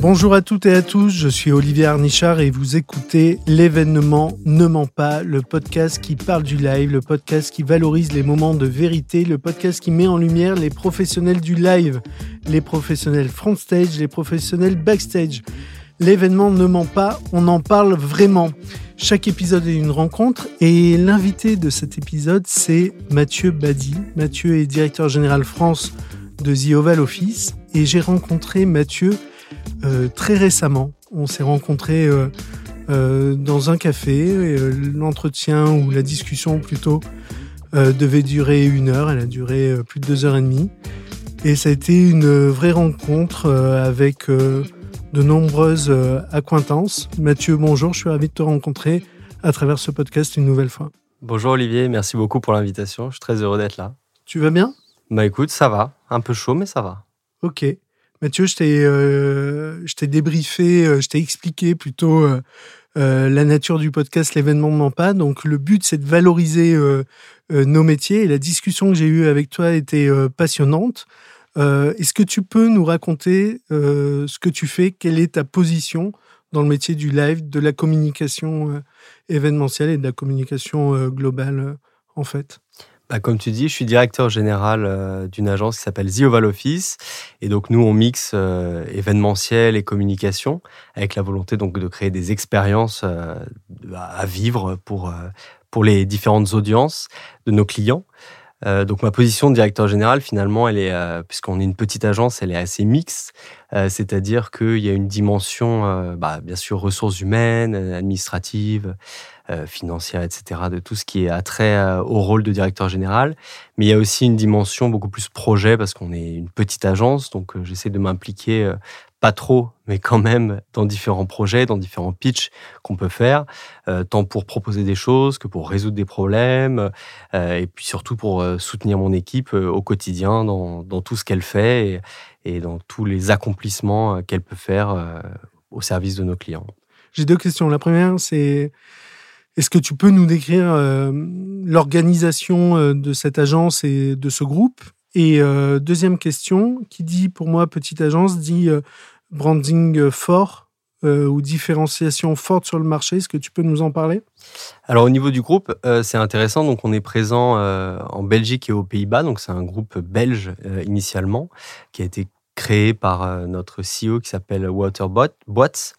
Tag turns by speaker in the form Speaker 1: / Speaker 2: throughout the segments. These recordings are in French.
Speaker 1: Bonjour à toutes et à tous, je suis Olivier Arnichard et vous écoutez L'événement ne ment pas, le podcast qui parle du live, le podcast qui valorise les moments de vérité, le podcast qui met en lumière les professionnels du live, les professionnels front stage, les professionnels backstage. L'événement ne ment pas, on en parle vraiment. Chaque épisode est une rencontre et l'invité de cet épisode, c'est Mathieu Badi. Mathieu est directeur général France de The Oval Office et j'ai rencontré Mathieu très récemment. On s'est rencontrés dans un café. L'entretien ou la discussion plutôt devait durer 1 heure. Elle a duré plus de 2h30. Et ça a été une vraie rencontre avec de nombreuses accointances. Mathieu, bonjour. Je suis ravi de te rencontrer à travers ce podcast une nouvelle fois.
Speaker 2: Bonjour Olivier, merci beaucoup pour l'invitation. Je suis très heureux d'être là.
Speaker 1: Tu vas bien ?
Speaker 2: Bah écoute, ça va. Un peu chaud, mais ça va.
Speaker 1: Ok. Mathieu, je t'ai débriefé, je t'ai expliqué plutôt la nature du podcast L'événement ne ment pas. Donc, le but, c'est de valoriser nos métiers. Et la discussion que j'ai eue avec toi était passionnante. Est-ce que tu peux nous raconter ce que tu fais ? Quelle est ta position dans le métier du live, de la communication événementielle et de la communication globale, en fait ?
Speaker 2: Comme tu dis, je suis directeur général d'une agence qui s'appelle The Oval Office. Et donc, nous, on mixe événementiel et communication avec la volonté donc, de créer des expériences à vivre pour les différentes audiences de nos clients. Donc, ma position de directeur général, finalement, elle est, puisqu'on est une petite agence, elle est assez mixte. C'est-à-dire qu'il y a une dimension, bien sûr, ressources humaines, administratives, financières, etc., de tout ce qui est attrait au rôle de directeur général. Mais il y a aussi une dimension beaucoup plus projet, parce qu'on est une petite agence, donc j'essaie de m'impliquer pas trop, mais quand même dans différents projets, dans différents pitchs qu'on peut faire, tant pour proposer des choses que pour résoudre des problèmes, et puis surtout pour soutenir mon équipe au quotidien dans tout ce qu'elle fait et dans tous les accomplissements qu'elle peut faire au service de nos clients.
Speaker 1: J'ai 2 questions. La première, c'est est-ce que tu peux nous décrire l'organisation de cette agence et de ce groupe ? Et deuxième question, qui dit pour moi petite agence, dit branding fort ou différenciation forte sur le marché. Est-ce que tu peux nous en parler ?
Speaker 2: Alors au niveau du groupe, c'est intéressant. Donc on est présent en Belgique et aux Pays-Bas. Donc c'est un groupe belge initialement qui a été créé par notre CEO qui s'appelle Wouter Bouts.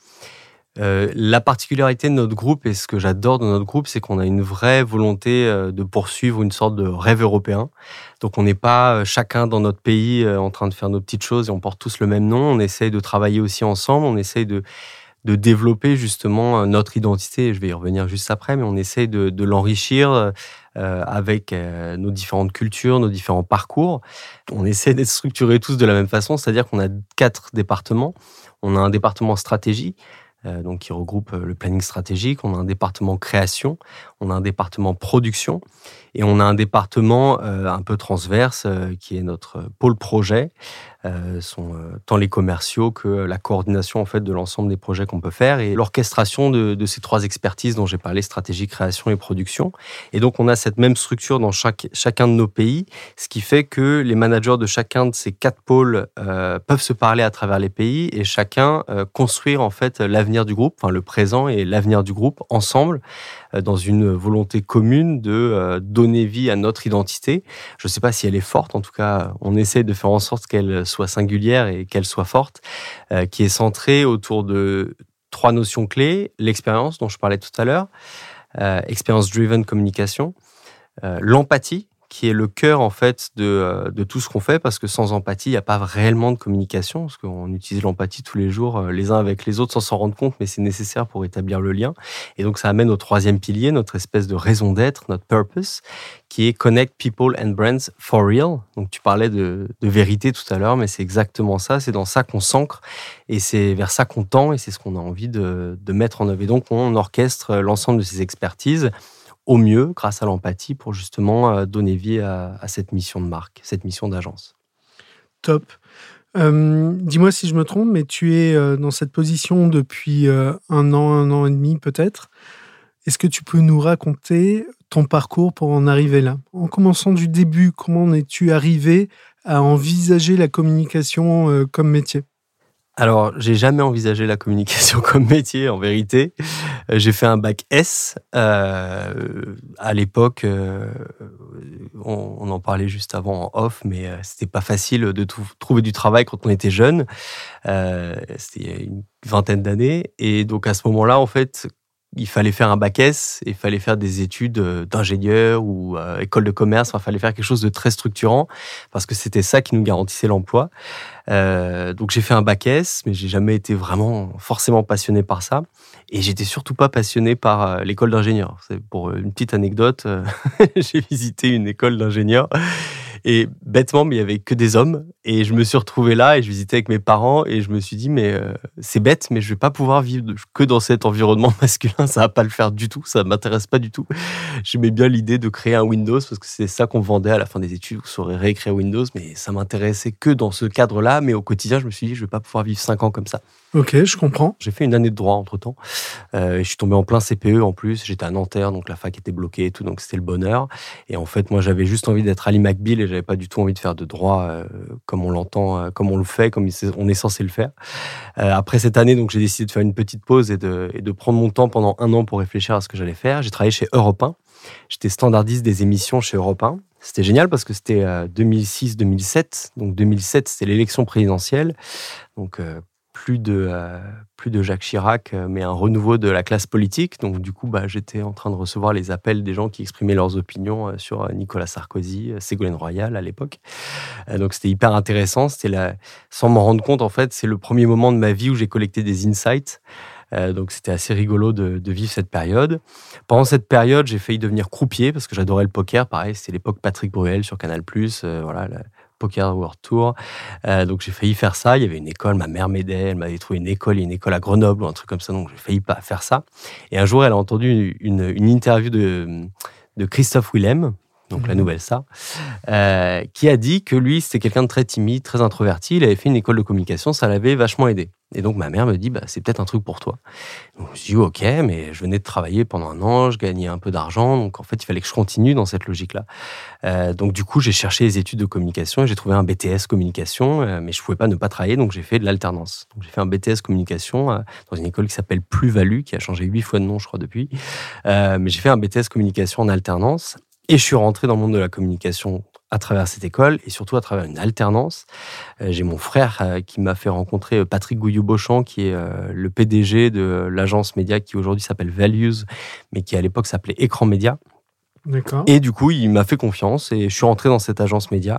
Speaker 2: La particularité de notre groupe et ce que j'adore de notre groupe, c'est qu'on a une vraie volonté de poursuivre une sorte de rêve européen. Donc on n'est pas chacun dans notre pays en train de faire nos petites choses et on porte tous le même nom. On essaye de travailler aussi ensemble, on essaye de développer justement notre identité. Je vais y revenir juste après, mais on essaye de l'enrichir avec nos différentes cultures, nos différents parcours. On essaie d'être structurés tous de la même façon, c'est-à-dire qu'on a 4 départements. On a un département stratégie, donc qui regroupe le planning stratégique, on a un département création, on a un département production et on a un département un peu transverse qui est notre pôle projet, sont tant les commerciaux que la coordination en fait de l'ensemble des projets qu'on peut faire et l'orchestration de ces 3 expertises dont j'ai parlé, stratégie, création et production. Et donc on a cette même structure dans chacun de nos pays, ce qui fait que les managers de chacun de ces 4 pôles peuvent se parler à travers les pays et chacun construire en fait l'avenir du groupe, enfin le présent et l'avenir du groupe ensemble dans une volonté commune de donner vie à notre identité. Je ne sais pas si elle est forte, en tout cas, on essaie de faire en sorte qu'elle soit singulière et qu'elle soit forte, qui est centrée autour de 3 notions clés. L'expérience, dont je parlais tout à l'heure, experience-driven communication, l'empathie, qui est le cœur en fait de tout ce qu'on fait, parce que sans empathie, il n'y a pas réellement de communication, parce qu'on utilise l'empathie tous les jours les uns avec les autres sans s'en rendre compte, mais c'est nécessaire pour établir le lien. Et donc ça amène au 3e pilier, notre espèce de raison d'être, notre purpose, qui est Connect People and Brands for Real. Donc tu parlais de vérité tout à l'heure, mais c'est exactement ça, c'est dans ça qu'on s'ancre, et c'est vers ça qu'on tend, et c'est ce qu'on a envie de mettre en œuvre. Et donc on orchestre l'ensemble de ces expertises au mieux grâce à l'empathie pour justement donner vie à cette mission de marque, cette mission d'agence.
Speaker 1: Top. Dis-moi si je me trompe, mais tu es dans cette position depuis 1 an et demi peut-être. Est-ce que tu peux nous raconter ton parcours pour en arriver là ? En commençant du début, comment es-tu arrivé à envisager la communication comme métier ?
Speaker 2: Alors, j'ai jamais envisagé la communication comme métier, en vérité. J'ai fait un bac S. À l'époque, on en parlait juste avant en off, mais c'était pas facile de trouver du travail quand on était jeune. C'était il y a une vingtaine d'années. Et donc, à ce moment-là, en fait, il fallait faire un bac S et il fallait faire des études d'ingénieur ou école de commerce. Enfin, il fallait faire quelque chose de très structurant parce que c'était ça qui nous garantissait l'emploi. Donc j'ai fait un bac S, mais j'ai jamais été vraiment forcément passionné par ça. Et j'étais surtout pas passionné par l'école d'ingénieur. C'est pour une petite anecdote, j'ai visité une école d'ingénieur et bêtement, mais il y avait que des hommes. Et je me suis retrouvé là et je visitais avec mes parents et je me suis dit, mais c'est bête, mais je vais pas pouvoir vivre que dans cet environnement masculin. Ça va pas le faire du tout. Ça m'intéresse pas du tout. J'aimais bien l'idée de créer un Windows parce que c'est ça qu'on vendait à la fin des études. Vous saurez réécrire Windows, mais ça m'intéressait que dans ce cadre-là. Mais au quotidien, je me suis dit, je vais pas pouvoir vivre 5 ans comme ça.
Speaker 1: Ok, je comprends.
Speaker 2: J'ai fait une année de droit entre-temps. Je suis tombé en plein CPE en plus. J'étais à Nanterre, donc la fac était bloquée et tout, donc c'était le bonheur. Et en fait, moi, j'avais juste envie d'être Ali McBeal et j'avais pas du tout envie de faire de droit comme on l'entend, comme on le fait, comme on est censé le faire. Après cette année, donc j'ai décidé de faire une petite pause et de prendre mon temps pendant 1 an pour réfléchir à ce que j'allais faire. J'ai travaillé chez Europe 1. J'étais standardiste des émissions chez Europe 1. C'était génial parce que c'était 2006-2007. Donc 2007, c'était l'élection présidentielle. Donc plus de Jacques Chirac, mais un renouveau de la classe politique. Donc du coup, j'étais en train de recevoir les appels des gens qui exprimaient leurs opinions sur Nicolas Sarkozy, Ségolène Royal à l'époque. Donc c'était hyper intéressant. Sans m'en rendre compte, en fait, c'est le premier moment de ma vie où j'ai collecté des insights. Donc c'était assez rigolo de vivre cette période. Pendant cette période, j'ai failli devenir croupier parce que j'adorais le poker. Pareil, c'était l'époque Patrick Bruel sur Canal+. Voilà, le Poker World Tour. Donc j'ai failli faire ça. Il y avait une école, ma mère m'aidait. Elle m'avait trouvé une école à Grenoble ou un truc comme ça. Donc j'ai failli pas faire ça. Et un jour, elle a entendu une interview de Christophe Willem, donc la nouvelle ça, qui a dit que lui, c'était quelqu'un de très timide, très introverti. Il avait fait une école de communication, ça l'avait vachement aidé. Et donc ma mère me dit, c'est peut-être un truc pour toi. Donc, je me suis dit, ok, mais je venais de travailler pendant 1 an, je gagnais un peu d'argent, donc en fait, il fallait que je continue dans cette logique-là. Donc du coup, j'ai cherché les études de communication et j'ai trouvé un BTS communication, mais je pouvais pas ne pas travailler, donc j'ai fait de l'alternance. Donc j'ai fait un BTS communication dans une école qui s'appelle Plus-Value, qui a changé 8 fois de nom, je crois, depuis. Mais j'ai fait un BTS communication en alternance. Et je suis rentré dans le monde de la communication à travers cette école et surtout à travers une alternance. J'ai mon frère qui m'a fait rencontrer Patrick Gouillou-Beauchamp, qui est le PDG de l'agence média qui aujourd'hui s'appelle Values, mais qui à l'époque s'appelait Écran Média.
Speaker 1: D'accord.
Speaker 2: Et du coup, il m'a fait confiance et je suis rentré dans cette agence média.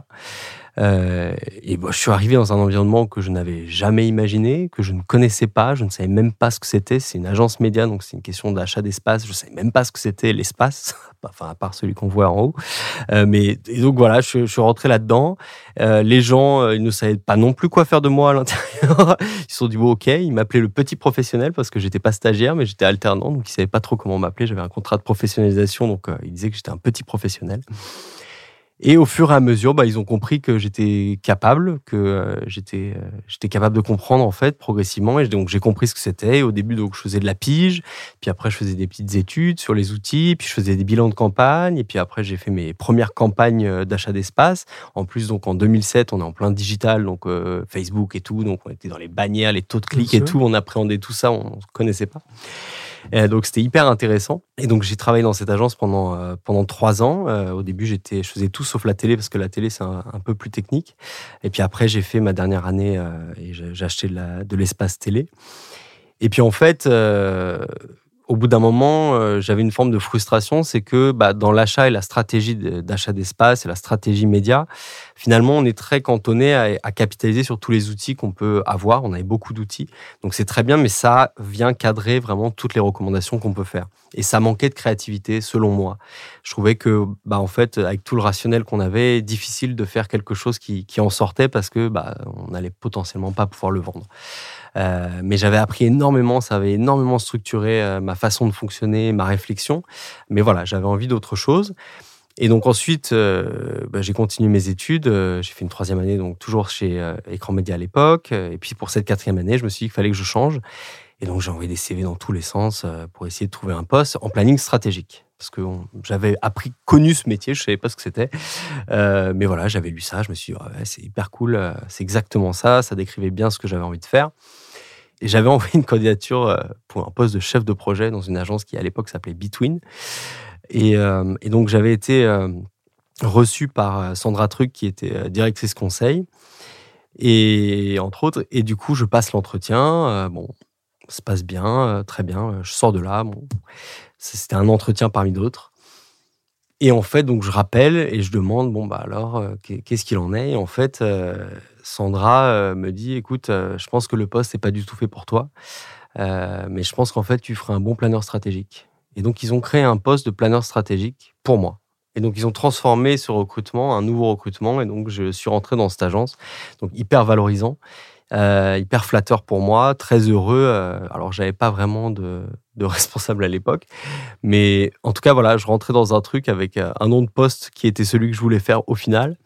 Speaker 2: Je suis arrivé dans un environnement que je n'avais jamais imaginé, que je ne connaissais pas, je ne savais même pas ce que c'était. C'est une agence média, donc c'est une question d'achat d'espace. Je ne savais même pas ce que c'était l'espace, enfin à part celui qu'on voit en haut. Et donc voilà, je suis rentré là-dedans. Les gens, ils ne savaient pas non plus quoi faire de moi à l'intérieur. Ils se sont dit, ok, ils m'appelaient le petit professionnel parce que j'étais pas stagiaire, mais j'étais alternant, donc ils savaient pas trop comment m'appeler. J'avais un contrat de professionnalisation, donc ils disaient que j'étais un petit professionnel. Et au fur et à mesure, ils ont compris que j'étais capable, que j'étais capable de comprendre en fait progressivement. Et donc j'ai compris ce que c'était. Et au début, donc je faisais de la pige, puis après je faisais des petites études sur les outils, puis je faisais des bilans de campagne. Et puis après j'ai fait mes premières campagnes d'achat d'espace. En plus, donc en 2007, on est en plein digital, donc Facebook et tout. Donc on était dans les bannières, les taux de clics et tout. On appréhendait tout ça, on ne connaissait pas. Donc c'était hyper intéressant. Et donc j'ai travaillé dans cette agence pendant 3 ans. Au début, je faisais tout sauf la télé parce que la télé c'est un peu plus technique. Et puis après, j'ai fait ma dernière année et j'ai acheté de l'espace télé. Et puis en fait, au bout d'un moment, j'avais une forme de frustration, c'est que dans l'achat et la stratégie d'achat d'espace et la stratégie média, finalement, on est très cantonné à capitaliser sur tous les outils qu'on peut avoir. On avait beaucoup d'outils, donc c'est très bien, mais ça vient cadrer vraiment toutes les recommandations qu'on peut faire. Et ça manquait de créativité, selon moi. Je trouvais que, en fait, avec tout le rationnel qu'on avait, difficile de faire quelque chose qui en sortait parce que on n'allait potentiellement pas pouvoir le vendre. Mais j'avais appris énormément, ça avait énormément structuré ma façon de fonctionner, ma réflexion. Mais voilà, j'avais envie d'autre chose. Et donc ensuite, j'ai continué mes études. J'ai fait une 3e année, donc toujours chez Écran Média à l'époque. Et puis pour cette 4e année, je me suis dit qu'il fallait que je change. Et donc, j'ai envoyé des CV dans tous les sens pour essayer de trouver un poste en planning stratégique. Parce que j'avais connu ce métier, je ne savais pas ce que c'était. Mais voilà, j'avais lu ça, je me suis dit, ouais, c'est hyper cool, c'est exactement ça, ça décrivait bien ce que j'avais envie de faire. Et j'avais envoyé une candidature pour un poste de chef de projet dans une agence qui, à l'époque, s'appelait Between. Et donc, j'avais été reçu par Sandra Truc, qui était directrice conseil, et entre autres. Et du coup, je passe l'entretien. Bon, ça se passe bien, très bien. Je sors de là. Bon, c'était un entretien parmi d'autres. Et en fait, donc, je rappelle et je demande, bon, bah alors, qu'est-ce qu'il en est? Et en fait, Sandra me dit, écoute, je pense que le poste n'est pas du tout fait pour toi, mais je pense qu'en fait, tu ferais un bon planeur stratégique. Et donc, ils ont créé un poste de planeur stratégique pour moi. Et donc, ils ont transformé ce recrutement, un nouveau recrutement. Et donc, je suis rentré dans cette agence. Donc, hyper valorisant, hyper flatteur pour moi, très heureux. Alors, j'avais pas vraiment de responsable à l'époque. Mais en tout cas, voilà, je rentrais dans un truc avec un nom de poste qui était celui que je voulais faire au final.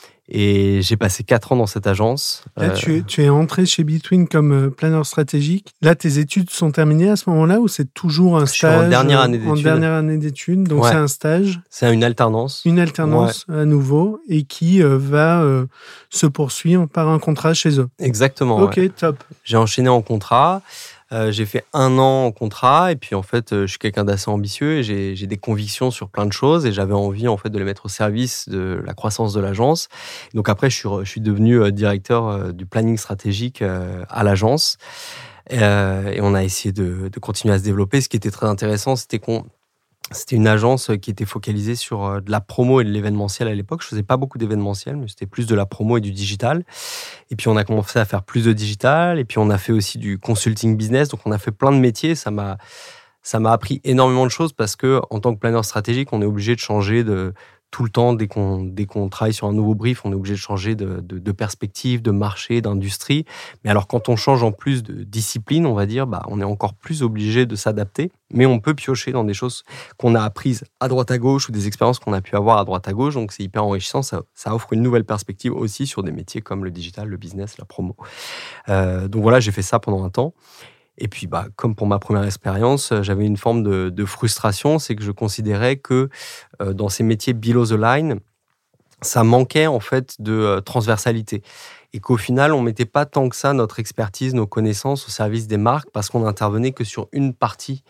Speaker 2: Et j'ai passé 4 ans dans cette agence.
Speaker 1: Là, tu es entré chez Between comme planeur stratégique. Là, tes études sont terminées à ce moment-là ou c'est toujours un stage?
Speaker 2: Je suis en dernière année d'études.
Speaker 1: En dernière année d'études, donc
Speaker 2: ouais.
Speaker 1: C'est un stage.
Speaker 2: C'est une alternance.
Speaker 1: Une alternance à nouveau et qui va se poursuivre par un contrat chez eux.
Speaker 2: Exactement.
Speaker 1: Ok,
Speaker 2: ouais.
Speaker 1: top.
Speaker 2: J'ai enchaîné en contrat. J'ai fait 1 an en contrat et puis en fait, je suis quelqu'un d'assez ambitieux et j'ai des convictions sur plein de choses et j'avais envie en fait de les mettre au service de la croissance de l'agence. Donc après, je suis devenu directeur du planning stratégique à l'agence et on a essayé de continuer à se développer. Ce qui était très intéressant, c'était une agence qui était focalisée sur de la promo et de l'événementiel à l'époque. Je faisais pas beaucoup d'événementiel, mais c'était plus de la promo et du digital. Et puis, on a commencé à faire plus de digital. Et puis, on a fait aussi du consulting business. Donc, on a fait plein de métiers. Ça m'a appris énormément de choses parce que, en tant que planeur stratégique, on est obligé de changer tout le temps. Dès qu'on travaille sur un nouveau brief, on est obligé de changer de perspective, de marché, d'industrie. Mais alors, quand on change en plus de discipline, on va dire, on est encore plus obligé de s'adapter. Mais on peut piocher dans des choses qu'on a apprises à droite à gauche ou des expériences qu'on a pu avoir à droite à gauche. Donc, c'est hyper enrichissant. Ça offre une nouvelle perspective aussi sur des métiers comme le digital, le business, la promo. Donc voilà, j'ai fait ça pendant un temps. Et puis, comme pour ma première expérience, j'avais une forme de frustration. C'est que je considérais que dans ces métiers below the line, ça manquait en fait de transversalité. Et qu'au final, on ne mettait pas tant que ça notre expertise, nos connaissances au service des marques parce qu'on n'intervenait que sur une partie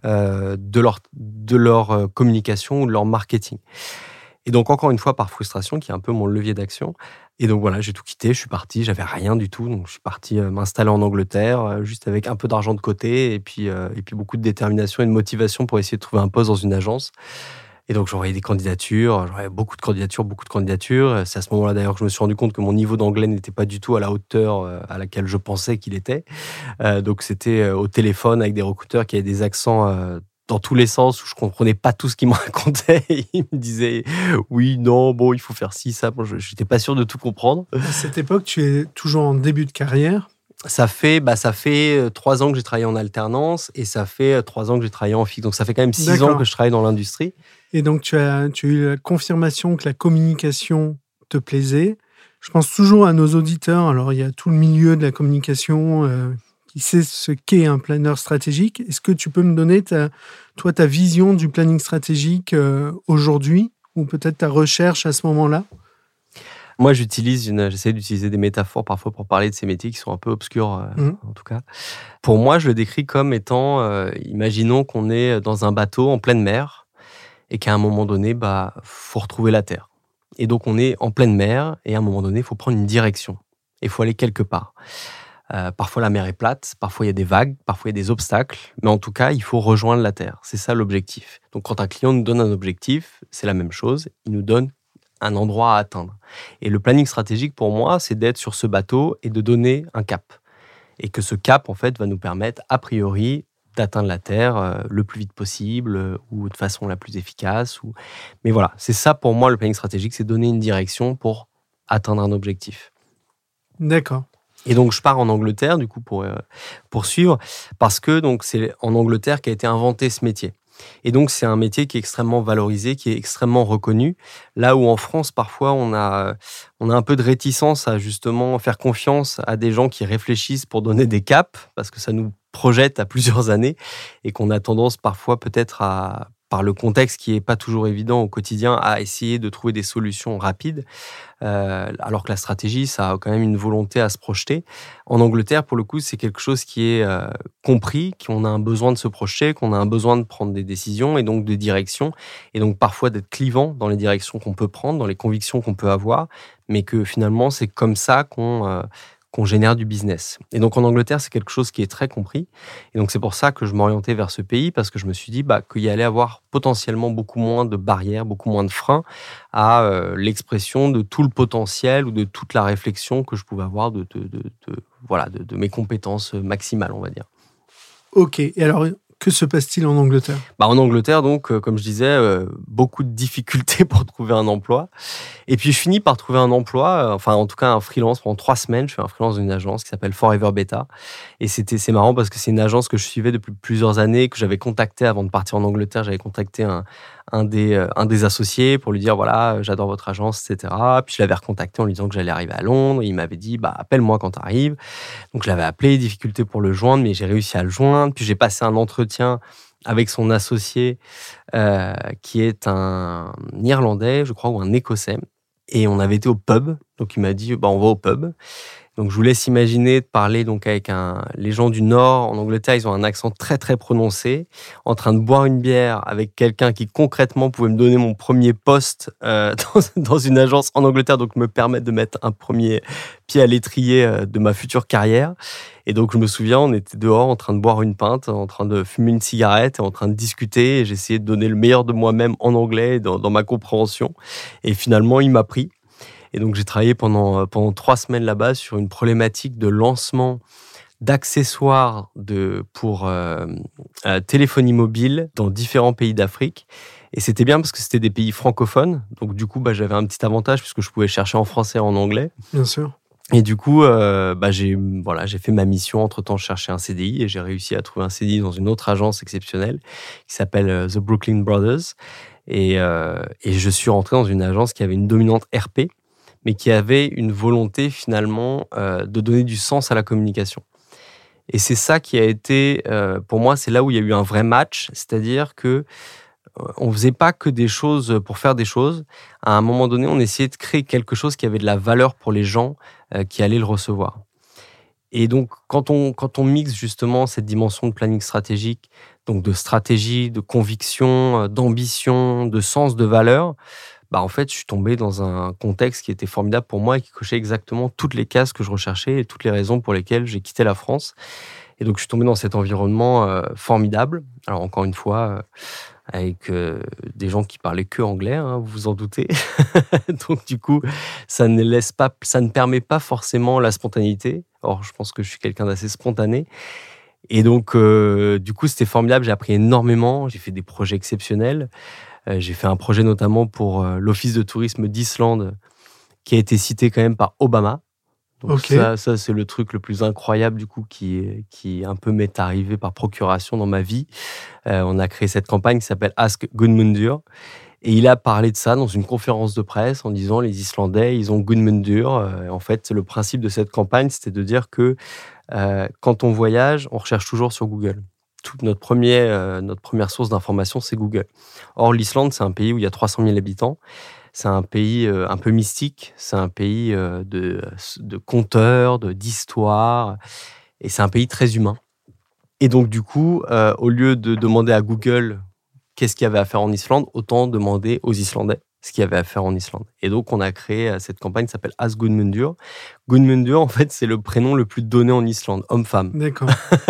Speaker 2: de leur communication ou de leur marketing. Et donc, encore une fois, par frustration, qui est un peu mon levier d'action. Et donc, voilà, j'ai tout quitté, je suis parti, j'avais rien du tout. Donc, je suis parti m'installer en Angleterre, juste avec un peu d'argent de côté et puis beaucoup de détermination et de motivation pour essayer de trouver un poste dans une agence. Et donc, j'envoyais des candidatures, j'envoyais beaucoup de candidatures. C'est à ce moment-là, d'ailleurs, que je me suis rendu compte que mon niveau d'anglais n'était pas du tout à la hauteur à laquelle je pensais qu'il était. Donc, c'était au téléphone avec des recruteurs qui avaient des accents dans tous les sens où je comprenais pas tout ce qu'ils me racontaient. Ils me disaient oui, non, bon, il faut faire ci, ça. Bon, je n'étais pas sûr de tout comprendre.
Speaker 1: À cette époque, tu es toujours en début de carrière.
Speaker 2: Ça fait 3 ans que j'ai travaillé en alternance et ça fait 3 ans que j'ai travaillé en fixe. Donc, ça fait quand même 6 ans que je travaille dans l'industrie.
Speaker 1: Et donc, tu as eu la confirmation que la communication te plaisait. Je pense toujours à nos auditeurs. Alors, il y a tout le milieu de la communication qui sait ce qu'est un planeur stratégique. Est-ce que tu peux me donner ta vision du planning stratégique aujourd'hui ou peut-être ta recherche à ce moment-là?
Speaker 2: Moi, j'essaie d'utiliser des métaphores parfois pour parler de ces métiers qui sont un peu obscurs, en tout cas. Pour moi, je le décris comme étant, imaginons qu'on est dans un bateau en pleine mer et qu'à un moment donné, faut retrouver la terre. Et donc, on est en pleine mer et à un moment donné, il faut prendre une direction. Et il faut aller quelque part. Parfois, la mer est plate, parfois, il y a des vagues, parfois, il y a des obstacles. Mais en tout cas, il faut rejoindre la terre. C'est ça l'objectif. Donc, quand un client nous donne un objectif, c'est la même chose. Il nous donne un endroit à atteindre. Et le planning stratégique, pour moi, c'est d'être sur ce bateau et de donner un cap. Et que ce cap, en fait, va nous permettre, a priori, d'atteindre la Terre le plus vite possible ou de façon la plus efficace. Mais voilà, c'est ça pour moi le planning stratégique, c'est donner une direction pour atteindre un objectif.
Speaker 1: D'accord.
Speaker 2: Et donc, je pars en Angleterre, du coup, pour poursuivre, parce que donc, c'est en Angleterre qu'a été inventé ce métier. Et donc, c'est un métier qui est extrêmement valorisé, qui est extrêmement reconnu. Là où en France, parfois, on a un peu de réticence à justement faire confiance à des gens qui réfléchissent pour donner des caps, parce que ça nous projette à plusieurs années et qu'on a tendance parfois peut-être par le contexte qui n'est pas toujours évident au quotidien, à essayer de trouver des solutions rapides, alors que la stratégie, ça a quand même une volonté à se projeter. En Angleterre, pour le coup, c'est quelque chose qui est compris, qu'on a un besoin de se projeter, qu'on a un besoin de prendre des décisions et donc de direction, et donc parfois d'être clivant dans les directions qu'on peut prendre, dans les convictions qu'on peut avoir, mais que finalement, c'est comme ça qu'on génère du business. Et donc en Angleterre, c'est quelque chose qui est très compris. Et donc c'est pour ça que je m'orientais vers ce pays, parce que je me suis dit qu'il y allait avoir potentiellement beaucoup moins de barrières, beaucoup moins de freins à l'expression de tout le potentiel ou de toute la réflexion que je pouvais avoir de mes compétences maximales, on va dire.
Speaker 1: Ok, et alors que se passe-t-il en Angleterre ?
Speaker 2: En Angleterre, donc, comme je disais, beaucoup de difficultés pour trouver un emploi. Et puis, je finis par trouver un emploi, en tout cas un freelance pendant 3 semaines. Je fais un freelance dans une agence qui s'appelle Forever Beta. Et c'est marrant parce que c'est une agence que je suivais depuis plusieurs années, que j'avais contacté avant de partir en Angleterre. J'avais contacté un des associés pour lui dire, voilà, j'adore votre agence, etc. Puis, je l'avais recontacté en lui disant que j'allais arriver à Londres. Et il m'avait dit, appelle-moi quand tu arrives. Donc, je l'avais appelé, difficulté pour le joindre, mais j'ai réussi à le joindre. Puis, j'ai passé un entretien avec son associé, qui est un Irlandais, je crois, ou un Écossais. Et on avait été au pub. Donc, il m'a dit, on va au pub. Donc, je vous laisse imaginer de parler donc avec les gens du Nord. En Angleterre, ils ont un accent très, très prononcé. En train de boire une bière avec quelqu'un qui, concrètement, pouvait me donner mon premier poste dans une agence en Angleterre. Donc, me permettre de mettre un premier pied à l'étrier de ma future carrière. Et donc, je me souviens, on était dehors en train de boire une pinte, en train de fumer une cigarette et en train de discuter. Et j'essayais de donner le meilleur de moi-même en anglais, dans ma compréhension. Et finalement, il m'a pris. Et donc, j'ai travaillé pendant 3 semaines là-bas sur une problématique de lancement d'accessoires pour téléphonie mobile dans différents pays d'Afrique. Et c'était bien parce que c'était des pays francophones. Donc, du coup, j'avais un petit avantage puisque je pouvais chercher en français et en anglais.
Speaker 1: Bien sûr.
Speaker 2: Et du coup, j'ai fait ma mission. Entre-temps, je cherchais un CDI et j'ai réussi à trouver un CDI dans une autre agence exceptionnelle qui s'appelle The Brooklyn Brothers. Et je suis rentré dans une agence qui avait une dominante RP, mais qui avait une volonté finalement de donner du sens à la communication. Et c'est ça qui a été, pour moi, c'est là où il y a eu un vrai match, c'est-à-dire que on faisait pas que des choses pour faire des choses. À un moment donné, on essayait de créer quelque chose qui avait de la valeur pour les gens qui allaient le recevoir. Et donc, quand on mixe justement cette dimension de planning stratégique, donc de stratégie, de conviction, d'ambition, de sens, de valeur, en fait, je suis tombé dans un contexte qui était formidable pour moi et qui cochait exactement toutes les cases que je recherchais et toutes les raisons pour lesquelles j'ai quitté la France. Et donc, je suis tombé dans cet environnement formidable. Alors, encore une fois, avec des gens qui parlaient que anglais, vous vous en doutez. Donc, du coup, ça ne permet pas forcément la spontanéité. Or, je pense que je suis quelqu'un d'assez spontané. Et donc, du coup, c'était formidable. J'ai appris énormément. J'ai fait des projets exceptionnels. J'ai fait un projet notamment pour l'Office de tourisme d'Islande qui a été cité quand même par Obama. Donc
Speaker 1: okay.
Speaker 2: Ça, c'est le truc le plus incroyable du coup qui un peu m'est arrivé par procuration dans ma vie. On a créé cette campagne qui s'appelle Ask Gudmundur. Et il a parlé de ça dans une conférence de presse en disant les Islandais, ils ont Gudmundur. En fait, le principe de cette campagne, c'était de dire que quand on voyage, on recherche toujours sur Google. Toute notre première source d'information, c'est Google. Or, l'Islande, c'est un pays où il y a 300 000 habitants. C'est un pays un peu mystique. C'est un pays de conteurs, d'histoires. Et c'est un pays très humain. Et donc, du coup, au lieu de demander à Google qu'est-ce qu'il y avait à faire en Islande, autant demander aux Islandais ce qu'il y avait à faire en Islande. Et donc, on a créé cette campagne qui s'appelle Ask Gudmundur. Gudmundur, en fait, c'est le prénom le plus donné en Islande, homme-femme.
Speaker 1: D'accord.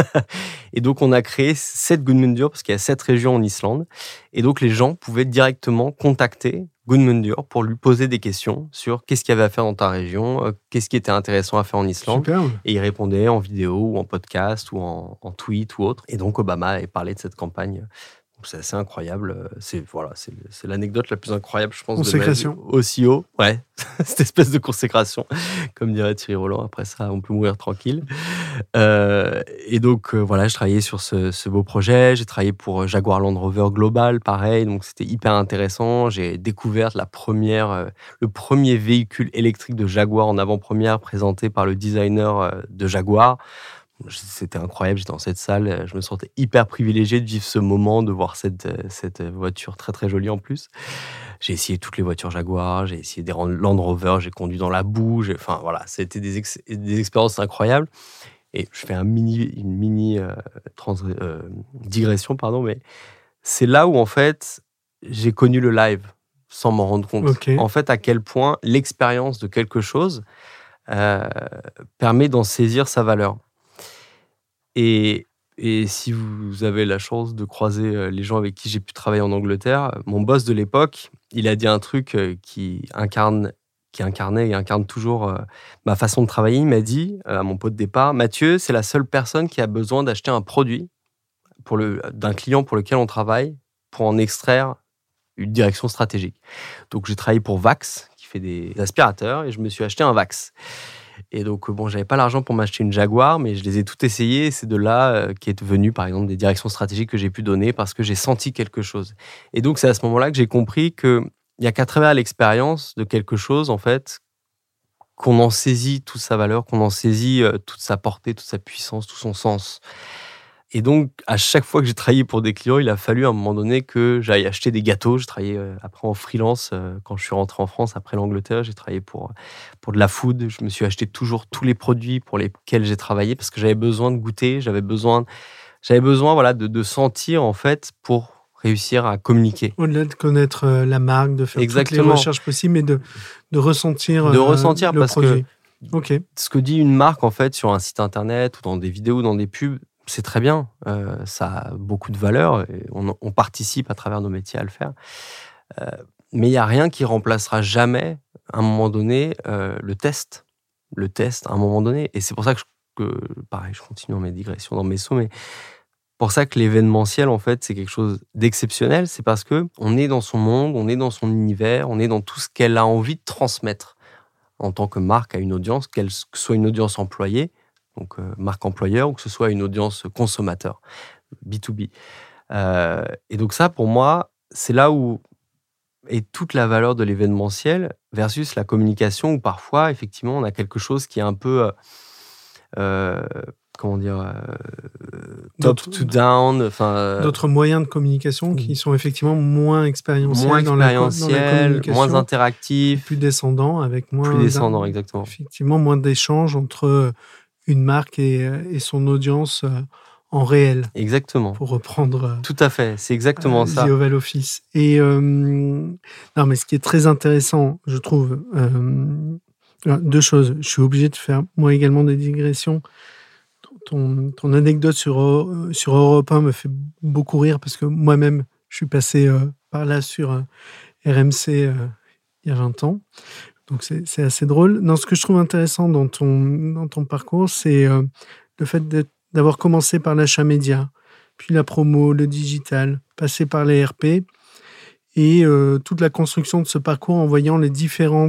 Speaker 2: Et donc, on a créé 7 Gudmundur parce qu'il y a 7 régions en Islande. Et donc, les gens pouvaient directement contacter Gudmundur pour lui poser des questions sur qu'est-ce qu'il y avait à faire dans ta région, qu'est-ce qui était intéressant à faire en Islande.
Speaker 1: Superbe.
Speaker 2: Et il répondait en vidéo ou en podcast ou en tweet ou autre. Et donc, Obama avait parlé de cette campagne. C'est assez incroyable. C'est l'anecdote la plus incroyable, je pense, de ma vie aussi haut. Ouais, cette espèce de consécration, comme dirait Thierry Roland. Après ça, on peut mourir tranquille. Et donc, voilà, je travaillais sur ce beau projet. J'ai travaillé pour Jaguar Land Rover Global, pareil. Donc, c'était hyper intéressant. J'ai découvert le premier véhicule électrique de Jaguar en avant-première présenté par le designer de Jaguar. c'était incroyable, j'étais dans cette salle, je me sentais hyper privilégié de vivre ce moment, de voir cette voiture très, très jolie en plus. J'ai essayé toutes les voitures Jaguar, j'ai essayé des Land Rover, j'ai conduit dans la boue, enfin voilà, c'était des expériences incroyables. Et je fais une mini digression, pardon, mais c'est là où en fait j'ai connu le live sans m'en rendre compte.
Speaker 1: Okay.
Speaker 2: En fait, à quel point l'expérience de quelque chose permet d'en saisir sa valeur. Et si vous avez la chance de croiser les gens avec qui j'ai pu travailler en Angleterre, mon boss de l'époque, il a dit un truc qui incarnait et incarne toujours ma façon de travailler. Il m'a dit à mon pot de départ, Mathieu, c'est la seule personne qui a besoin d'acheter un produit d'un client pour lequel on travaille pour en extraire une direction stratégique. Donc j'ai travaillé pour Vax, qui fait des aspirateurs, et je me suis acheté un Vax. Et donc, j'avais pas l'argent pour m'acheter une Jaguar, mais je les ai toutes essayées. Et c'est de là qu'est venu, par exemple, des directions stratégiques que j'ai pu donner parce que j'ai senti quelque chose. Et donc, c'est à ce moment-là que j'ai compris qu'il n'y a qu'à travers l'expérience de quelque chose, en fait, qu'on en saisit toute sa valeur, qu'on en saisit toute sa portée, toute sa puissance, tout son sens. Et donc, à chaque fois que j'ai travaillé pour des clients, il a fallu à un moment donné que j'aille acheter des gâteaux. J'ai travaillé après en freelance. Quand je suis rentré en France, après l'Angleterre, j'ai travaillé pour de la food. Je me suis acheté toujours tous les produits pour lesquels j'ai travaillé parce que j'avais besoin de goûter. J'avais besoin voilà, de sentir, en fait, pour réussir à communiquer.
Speaker 1: Au-delà de connaître la marque, de faire
Speaker 2: Exactement.
Speaker 1: toutes les recherches possibles, mais de ressentir le
Speaker 2: parce
Speaker 1: produit.
Speaker 2: Que ce que dit une marque, en fait, sur un site internet ou dans des vidéos ou dans des pubs, c'est très bien, ça a beaucoup de valeur et on participe à travers nos métiers à le faire. Mais il n'y a rien qui remplacera jamais, à un moment donné, le test. Le test, à un moment donné. Et c'est pour ça pareil, je continue dans mes digressions, dans mes sauts, mais pour ça que l'événementiel, en fait, c'est quelque chose d'exceptionnel. C'est parce qu'on est dans son monde, on est dans son univers, on est dans tout ce qu'elle a envie de transmettre en tant que marque à une audience, que ce soit une audience employée, donc marque employeur, ou que ce soit une audience consommateur, B2B. Et donc ça, pour moi, c'est là où est toute la valeur de l'événementiel versus la communication, où parfois, effectivement, on a quelque chose qui est un peu, top to down.
Speaker 1: D'autres moyens de communication qui sont effectivement moins expérientiels dans la communication,
Speaker 2: moins interactifs.
Speaker 1: Plus descendants, avec moins...
Speaker 2: Plus descendants, exactement.
Speaker 1: Effectivement, moins d'échanges entre une marque et son audience en réel.
Speaker 2: Exactement.
Speaker 1: Pour reprendre...
Speaker 2: Tout à fait, c'est exactement ça.
Speaker 1: The Oval Office. Et non, mais ce qui est très intéressant, je trouve, deux choses. Je suis obligé de faire, moi également, des digressions. Ton anecdote sur Europe 1 me fait beaucoup rire parce que moi-même, je suis passé par là sur RMC il y a 20 ans. Donc, c'est assez drôle. Non, ce que je trouve intéressant dans ton parcours, c'est le fait d'avoir commencé par l'achat média, puis la promo, le digital, passer par les RP et toute la construction de ce parcours en voyant les différents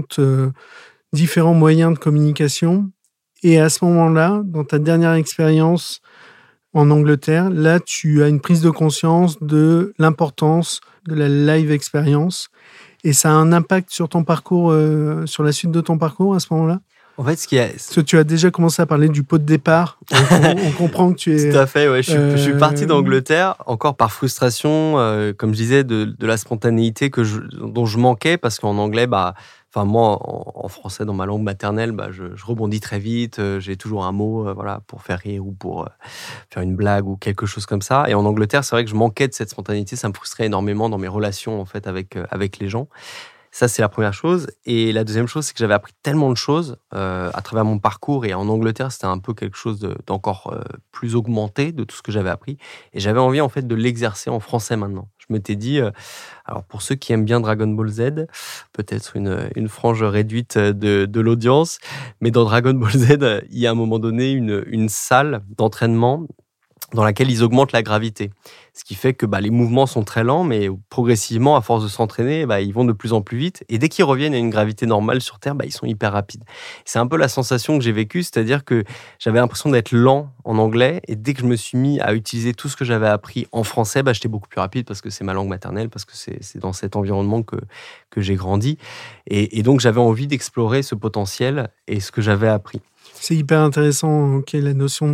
Speaker 1: moyens de communication. Et à ce moment-là, dans ta dernière expérience en Angleterre, là, tu as une prise de conscience de l'importance de la live expérience. Et ça a un impact sur ton parcours, sur la suite de ton parcours à ce moment-là ?
Speaker 2: En fait,
Speaker 1: Parce que tu as déjà commencé à parler du pot de départ. On comprend que tu es...
Speaker 2: Tout à fait, ouais. Je suis parti d'Angleterre, encore par frustration, comme je disais, de la spontanéité dont je manquais, parce qu'en anglais, moi, en français, dans ma langue maternelle, je rebondis très vite. J'ai toujours un mot pour faire rire ou pour faire une blague ou quelque chose comme ça. Et en Angleterre, c'est vrai que je manquais de cette spontanéité. Ça me frustrait énormément dans mes relations en fait, avec les gens. Ça, c'est la première chose. Et la deuxième chose, c'est que j'avais appris tellement de choses à travers mon parcours. Et en Angleterre, c'était un peu quelque chose d'encore plus augmenté de tout ce que j'avais appris. Et j'avais envie, en fait, de l'exercer en français maintenant. Je m'étais dit, alors pour ceux qui aiment bien Dragon Ball Z, peut-être une frange réduite de l'audience, mais dans Dragon Ball Z, il y a à un moment donné une salle d'entraînement dans laquelle ils augmentent la gravité. Ce qui fait que les mouvements sont très lents, mais progressivement, à force de s'entraîner, ils vont de plus en plus vite. Et dès qu'ils reviennent à une gravité normale sur Terre, ils sont hyper rapides. C'est un peu la sensation que j'ai vécue, c'est-à-dire que j'avais l'impression d'être lent en anglais. Et dès que je me suis mis à utiliser tout ce que j'avais appris en français, j'étais beaucoup plus rapide parce que c'est ma langue maternelle, parce que c'est dans cet environnement que j'ai grandi. Et donc, j'avais envie d'explorer ce potentiel et ce que j'avais appris.
Speaker 1: C'est hyper intéressant, la notion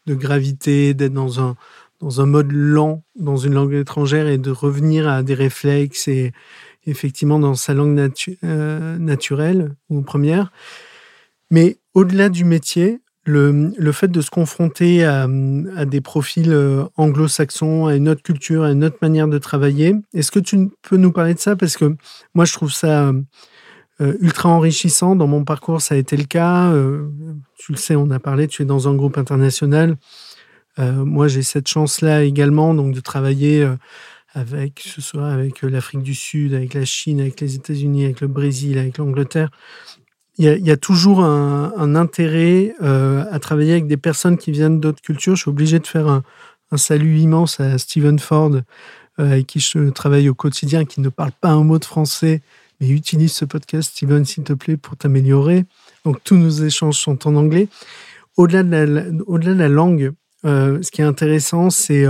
Speaker 1: de gravité, d'être dans un mode lent, dans une langue étrangère et de revenir à des réflexes et effectivement dans sa langue naturelle ou première. Mais au-delà du métier, le fait de se confronter à des profils anglo-saxons, à une autre culture, à une autre manière de travailler, est-ce que tu peux nous parler de ça? Parce que moi, je trouve ça ultra enrichissant. Dans mon parcours, ça a été le cas. Tu le sais, on a parlé, tu es dans un groupe international. Moi, j'ai cette chance-là également, donc de travailler que ce soit avec l'Afrique du Sud, avec la Chine, avec les États-Unis, avec le Brésil, avec l'Angleterre. Il y a toujours un intérêt à travailler avec des personnes qui viennent d'autres cultures. Je suis obligé de faire un salut immense à Stephen Ford, avec qui je travaille au quotidien, qui ne parle pas un mot de français, mais utilise ce podcast, Stephen, s'il te plaît, pour t'améliorer. Donc, tous nos échanges sont en anglais. Au-delà de la langue, ce qui est intéressant, c'est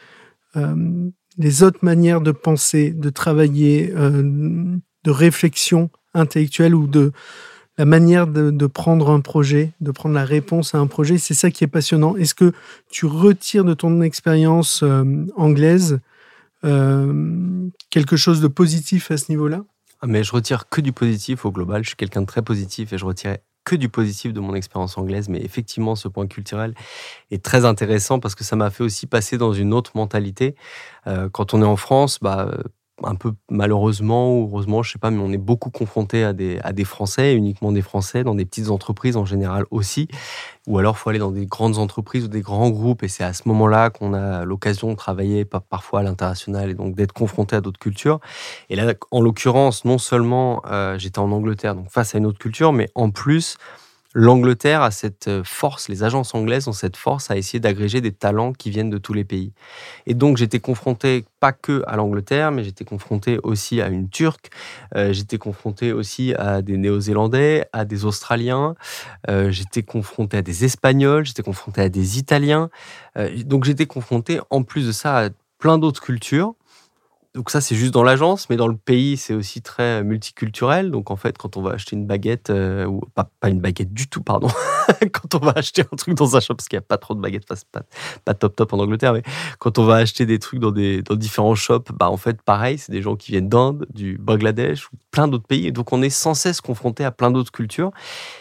Speaker 1: les autres manières de penser, de travailler, de réflexion intellectuelle ou de la manière de prendre un projet, de prendre la réponse à un projet. C'est ça qui est passionnant. Est-ce que tu retires de ton expérience anglaise quelque chose de positif à ce niveau-là?
Speaker 2: Mais je retire que du positif au global. Je suis quelqu'un de très positif et je retirais que du positif de mon expérience anglaise. Mais effectivement, ce point culturel est très intéressant parce que ça m'a fait aussi passer dans une autre mentalité. Quand on est en France, un peu malheureusement ou heureusement, je sais pas, mais on est beaucoup confronté à des Français, uniquement des Français, dans des petites entreprises en général aussi. Ou alors, il faut aller dans des grandes entreprises ou des grands groupes. Et c'est à ce moment-là qu'on a l'occasion de travailler parfois à l'international et donc d'être confronté à d'autres cultures. Et là, en l'occurrence, non seulement j'étais en Angleterre, donc face à une autre culture, mais en plus, l'Angleterre a cette force, les agences anglaises ont cette force à essayer d'agréger des talents qui viennent de tous les pays. Et donc, j'étais confronté pas que à l'Angleterre, mais j'étais confronté aussi à une Turque, j'étais confronté aussi à des Néo-Zélandais, à des Australiens, j'étais confronté à des Espagnols, j'étais confronté à des Italiens. Donc, j'étais confronté, en plus de ça, à plein d'autres cultures. Donc ça, c'est juste dans l'agence, mais dans le pays, c'est aussi très multiculturel. Donc en fait, quand on va acheter une baguette, ou pas une baguette du tout, pardon, quand on va acheter un truc dans un shop, parce qu'il n'y a pas trop de baguettes, c'est pas top en Angleterre, mais quand on va acheter des trucs dans différents shops, en fait, pareil, c'est des gens qui viennent d'Inde, du Bangladesh, ou plein d'autres pays. Et donc on est sans cesse confronté à plein d'autres cultures.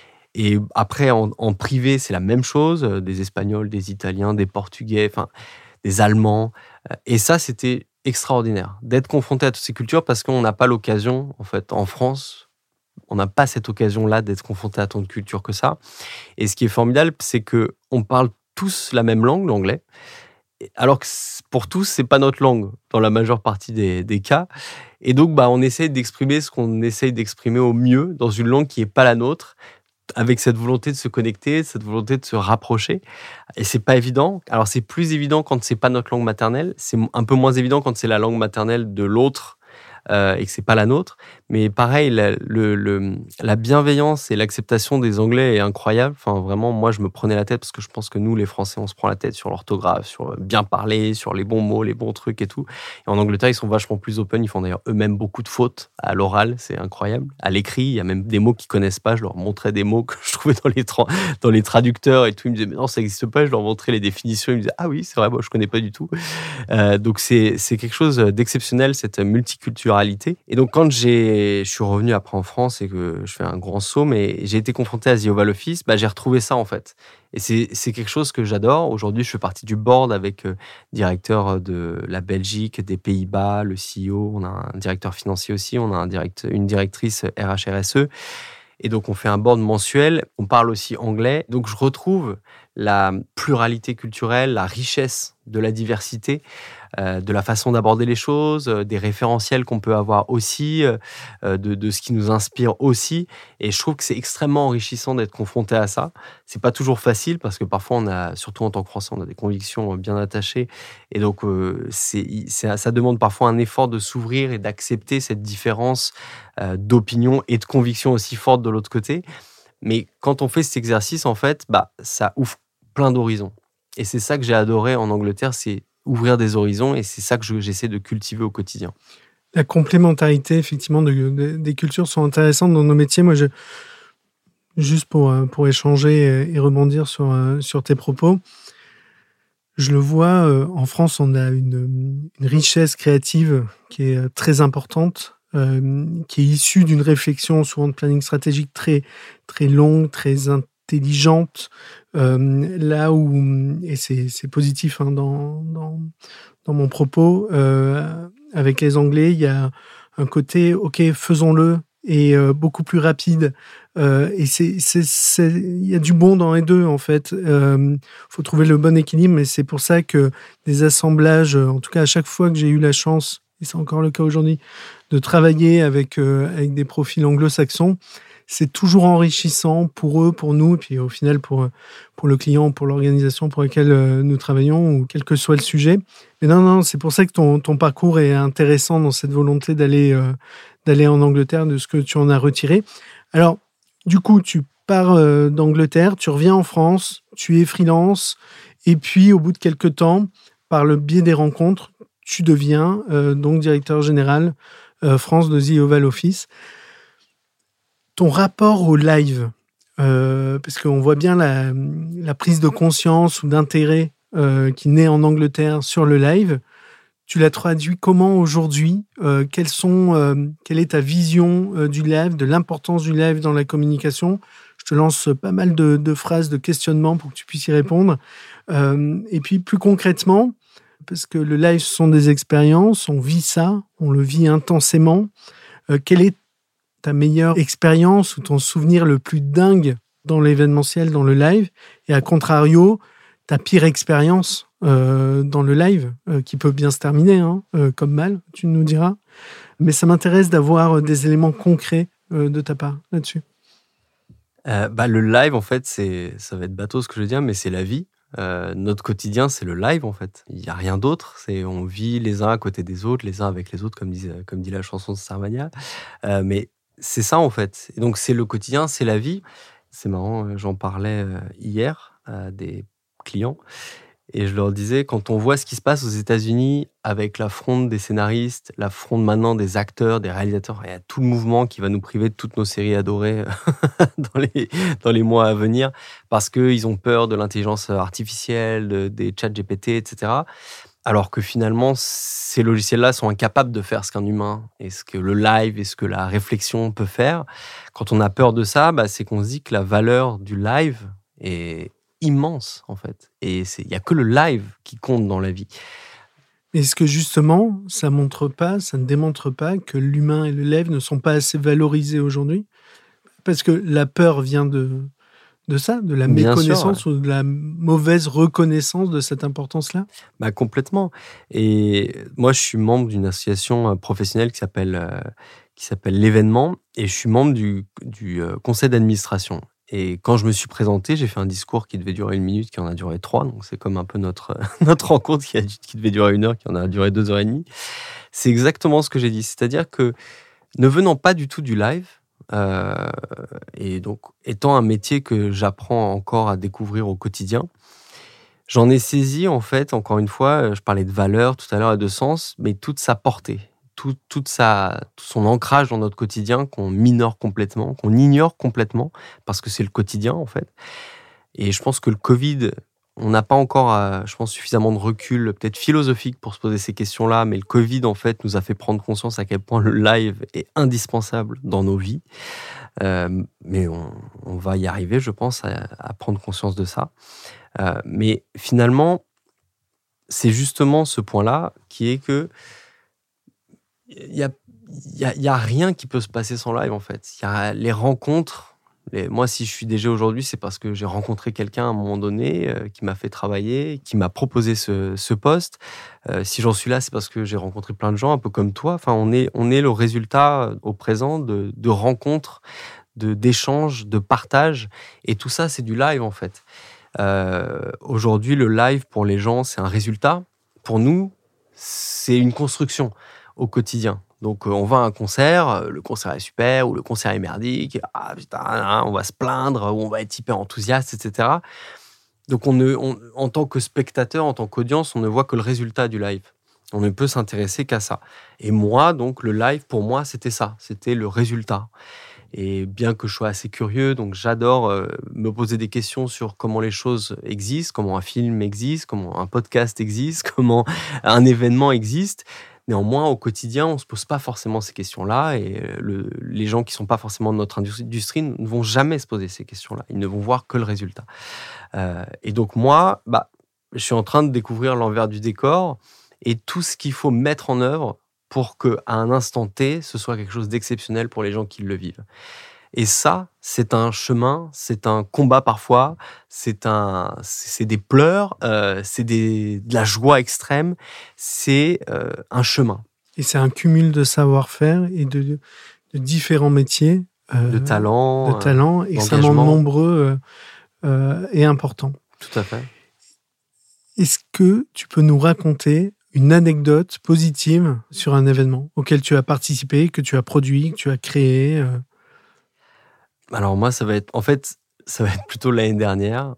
Speaker 2: Et après, en privé, c'est la même chose, des Espagnols, des Italiens, des Portugais, enfin, des Allemands. Et ça, c'était extraordinaire d'être confronté à toutes ces cultures parce qu'on n'a pas l'occasion, en fait, en France, on n'a pas cette occasion-là d'être confronté à tant de cultures que ça. Et ce qui est formidable, c'est que on parle tous la même langue, l'anglais, alors que pour tous, c'est pas notre langue dans la majeure partie des cas. Et donc, on essaie d'exprimer ce qu'on essaye d'exprimer au mieux dans une langue qui est pas la nôtre, avec cette volonté de se connecter, cette volonté de se rapprocher. Et c'est pas évident. Alors, c'est plus évident quand c'est pas notre langue maternelle. C'est un peu moins évident quand c'est la langue maternelle de l'autre et que c'est pas la nôtre. Mais pareil, la bienveillance et l'acceptation des Anglais est incroyable. Enfin, vraiment, moi, je me prenais la tête parce que je pense que nous, les Français, on se prend la tête sur l'orthographe, sur bien parler, sur les bons mots, les bons trucs et tout. Et en Angleterre, ils sont vachement plus open. Ils font d'ailleurs eux-mêmes beaucoup de fautes à l'oral. C'est incroyable. À l'écrit, il y a même des mots qu'ils connaissent pas. Je leur montrais des mots que je trouvais dans les traducteurs et tout. Ils me disaient, mais non, ça n'existe pas. Je leur montrais les définitions. Ils me disaient, ah oui, c'est vrai, moi, je connais pas du tout. Donc, c'est quelque chose d'exceptionnel, cette multiculturalité. Et donc, quand je suis revenu après en France et que je fais un grand saut, mais j'ai été confronté à The Oval Office, j'ai retrouvé ça en fait. Et c'est quelque chose que j'adore. Aujourd'hui, je fais partie du board avec directeur de la Belgique, des Pays-Bas, le CEO, on a un directeur financier aussi, on a une directrice RH/RSE. Et donc, on fait un board mensuel, on parle aussi anglais. Donc, je retrouve la pluralité culturelle, la richesse de la diversité, de la façon d'aborder les choses, des référentiels qu'on peut avoir aussi, de ce qui nous inspire aussi. Et je trouve que c'est extrêmement enrichissant d'être confronté à ça. C'est pas toujours facile parce que parfois, surtout en tant que Français, on a des convictions bien attachées. Et donc, ça demande parfois un effort de s'ouvrir et d'accepter cette différence d'opinion et de conviction aussi forte de l'autre côté. Mais quand on fait cet exercice, en fait, ça ouvre plein d'horizons. Et c'est ça que j'ai adoré en Angleterre, c'est ouvrir des horizons et c'est ça que j'essaie de cultiver au quotidien.
Speaker 1: La complémentarité, effectivement, des cultures sont intéressantes dans nos métiers. Moi, juste pour échanger et rebondir sur tes propos, Je le vois, en France, on a une richesse créative qui est très importante, qui est issue d'une réflexion souvent de planning stratégique très, très longue, très intelligente. Là où, et c'est positif hein, dans mon propos, avec les Anglais, il y a un côté, OK, faisons-le, et beaucoup plus rapide. Et il y a du bon dans les deux, en fait. Faut trouver le bon équilibre, mais c'est pour ça que des assemblages, en tout cas à chaque fois que j'ai eu la chance, et c'est encore le cas aujourd'hui, de travailler avec des profils anglo-saxons, c'est toujours enrichissant pour eux, pour nous, et puis au final pour le client, pour l'organisation pour laquelle nous travaillons, ou quel que soit le sujet. Mais non, c'est pour ça que ton parcours est intéressant dans cette volonté d'aller en Angleterre, de ce que tu en as retiré. Alors, du coup, tu pars d'Angleterre, tu reviens en France, tu es freelance, et puis au bout de quelques temps, par le biais des rencontres, tu deviens donc directeur général France de The Oval Office. Ton rapport au live, parce qu'on voit bien la prise de conscience ou d'intérêt qui naît en Angleterre sur le live, tu l'as traduit comment aujourd'hui ? Quelle est ta vision du live, de l'importance du live dans la communication ? Je te lance pas mal de phrases, de questionnements pour que tu puisses y répondre. Et puis plus concrètement, parce que le live, ce sont des expériences, on vit ça, on le vit intensément. Quelle est ta meilleure expérience ou ton souvenir le plus dingue dans l'événementiel, dans le live ? Et à contrario, ta pire expérience dans le live, qui peut bien se terminer, comme mal, tu nous diras. Mais ça m'intéresse d'avoir des éléments concrets de ta part là-dessus.
Speaker 2: Le live, en fait, ça va être bateau ce que je veux dire, mais c'est la vie. Notre quotidien, c'est le live, en fait. Il n'y a rien d'autre. On vit les uns à côté des autres, les uns avec les autres, comme dit la chanson de Starmania. Mais c'est ça, en fait. Et donc, c'est le quotidien, c'est la vie. C'est marrant, j'en parlais hier à des clients. Et je leur disais, quand on voit ce qui se passe aux États-Unis avec la fronde des scénaristes, la fronde maintenant des acteurs, des réalisateurs, il y a tout le mouvement qui va nous priver de toutes nos séries adorées dans les mois à venir, parce qu'ils ont peur de l'intelligence artificielle, des chats GPT, etc. Alors que finalement, ces logiciels-là sont incapables de faire ce qu'un humain et ce que le live et ce que la réflexion peut faire. Quand on a peur de ça, c'est qu'on se dit que la valeur du live est immense, en fait. Et il n'y a que le live qui compte dans la vie.
Speaker 1: Est-ce que justement, ça ne démontre pas que l'humain et le live ne sont pas assez valorisés aujourd'hui ? Parce que la peur vient de ça, de la méconnaissance ou de la mauvaise reconnaissance de cette importance-là ?
Speaker 2: Complètement. Et moi, je suis membre d'une association professionnelle qui s'appelle l'Événement, et je suis membre du conseil d'administration. Et quand je me suis présenté, j'ai fait un discours qui devait durer 1 minute, qui en a duré 3. Donc, c'est comme un peu notre rencontre qui devait durer 1 heure, qui en a duré 2 heures et demie. C'est exactement ce que j'ai dit. C'est-à-dire que, ne venant pas du tout du live, et donc étant un métier que j'apprends encore à découvrir au quotidien, j'en ai saisi, en fait, encore une fois, je parlais de valeur tout à l'heure et de sens, mais toute sa portée. Tout son ancrage dans notre quotidien qu'on minore complètement, qu'on ignore complètement, parce que c'est le quotidien, en fait. Et je pense que le Covid, on n'a pas encore, suffisamment de recul, peut-être philosophique, pour se poser ces questions-là, mais le Covid, en fait, nous a fait prendre conscience à quel point le live est indispensable dans nos vies. Mais on va y arriver, je pense, à prendre conscience de ça. Mais finalement, c'est justement ce point-là qui est que il y a rien qui peut se passer sans live, en fait. Il y a les rencontres. Moi, si je suis DG aujourd'hui, c'est parce que j'ai rencontré quelqu'un à un moment donné qui m'a fait travailler, qui m'a proposé ce poste. Si j'en suis là, c'est parce que j'ai rencontré plein de gens, un peu comme toi. Enfin, on est le résultat au présent de rencontres, d'échanges, de partages. Et tout ça, c'est du live, en fait. Aujourd'hui, le live, pour les gens, c'est un résultat. Pour nous, c'est une construction au quotidien. Donc, on va à un concert, le concert est super, ou le concert est merdique, on va se plaindre, ou on va être hyper enthousiaste, etc. Donc, en tant que spectateur, en tant qu'audience, on ne voit que le résultat du live. On ne peut s'intéresser qu'à ça. Et moi, donc, le live, pour moi, c'était ça. C'était le résultat. Et bien que je sois assez curieux, donc j'adore me poser des questions sur comment les choses existent, comment un film existe, comment un podcast existe, comment un événement existe. Néanmoins, au quotidien, on ne se pose pas forcément ces questions-là et les gens qui ne sont pas forcément de notre industrie ne vont jamais se poser ces questions-là. Ils ne vont voir que le résultat. Et donc moi, je suis en train de découvrir l'envers du décor et tout ce qu'il faut mettre en œuvre pour qu'à un instant T, ce soit quelque chose d'exceptionnel pour les gens qui le vivent. Et ça, c'est un chemin, c'est un combat parfois, c'est des pleurs, c'est de la joie extrême, c'est un chemin.
Speaker 1: Et c'est un cumul de savoir-faire et de différents métiers.
Speaker 2: De talent,
Speaker 1: extrêmement nombreux et importants.
Speaker 2: Tout à fait.
Speaker 1: Est-ce que tu peux nous raconter une anecdote positive sur un événement auquel tu as participé, que tu as produit, que tu as créé
Speaker 2: Alors moi, ça va être plutôt l'année dernière.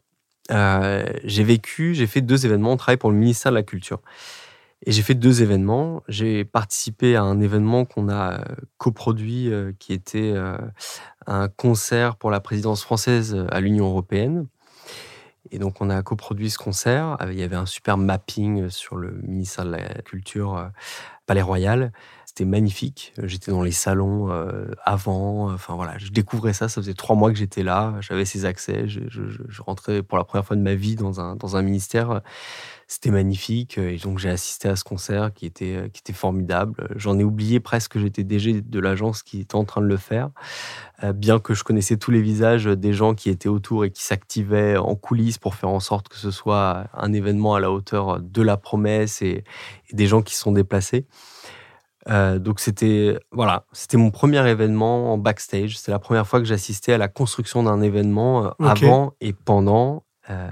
Speaker 2: J'ai fait 2 événements. On travaille pour le ministère de la Culture. Et j'ai fait 2 événements. J'ai participé à un événement qu'on a coproduit, qui était un concert pour la présidence française à l'Union européenne. Et donc, on a coproduit ce concert. Il y avait un super mapping sur le ministère de la Culture, Palais Royal. C'était magnifique. J'étais dans les salons avant. Enfin, voilà, je découvrais ça. Ça faisait 3 mois que j'étais là. J'avais ces accès. Je rentrais pour la première fois de ma vie dans un ministère. C'était magnifique. Et donc, j'ai assisté à ce concert qui était formidable. J'en ai oublié presque que j'étais DG de l'agence qui était en train de le faire. Bien que je connaissais tous les visages des gens qui étaient autour et qui s'activaient en coulisses pour faire en sorte que ce soit un événement à la hauteur de la promesse et des gens qui se sont déplacés. Donc c'était mon premier événement en backstage. C'était la première fois que j'assistais à la construction d'un événement avant et pendant.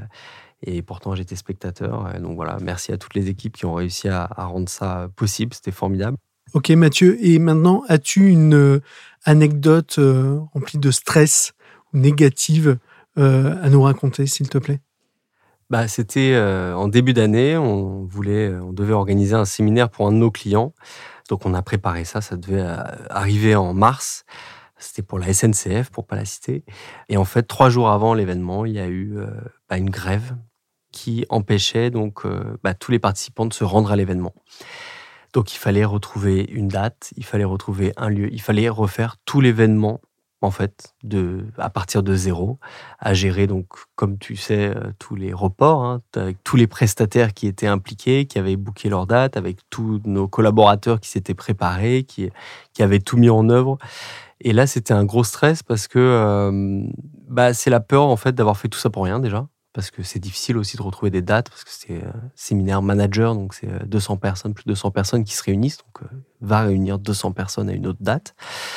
Speaker 2: Et pourtant, j'étais spectateur. Donc voilà, merci à toutes les équipes qui ont réussi à rendre ça possible. C'était formidable.
Speaker 1: Ok Mathieu, et maintenant, as-tu une anecdote remplie de stress ou négative à nous raconter, s'il te plaît ?
Speaker 2: C'était en début d'année, on devait organiser un séminaire pour un de nos clients. Donc on a préparé ça devait arriver en mars. C'était pour la SNCF, pour pas la citer. Et en fait, 3 jours avant l'événement, il y a eu une grève qui empêchait donc tous les participants de se rendre à l'événement. Donc il fallait retrouver une date, il fallait retrouver un lieu, il fallait refaire tout l'événement en fait à partir de zéro, à gérer donc comme tu sais tous les reports, avec tous les prestataires qui étaient impliqués, qui avaient booké leur date, avec tous nos collaborateurs qui s'étaient préparés, qui avaient tout mis en œuvre. Et là c'était un gros stress parce que c'est la peur en fait d'avoir fait tout ça pour rien déjà. Parce que c'est difficile aussi de retrouver des dates, parce que c'est séminaire manager, donc c'est 200 personnes, plus de 200 personnes qui se réunissent, donc va réunir 200 personnes à une autre date.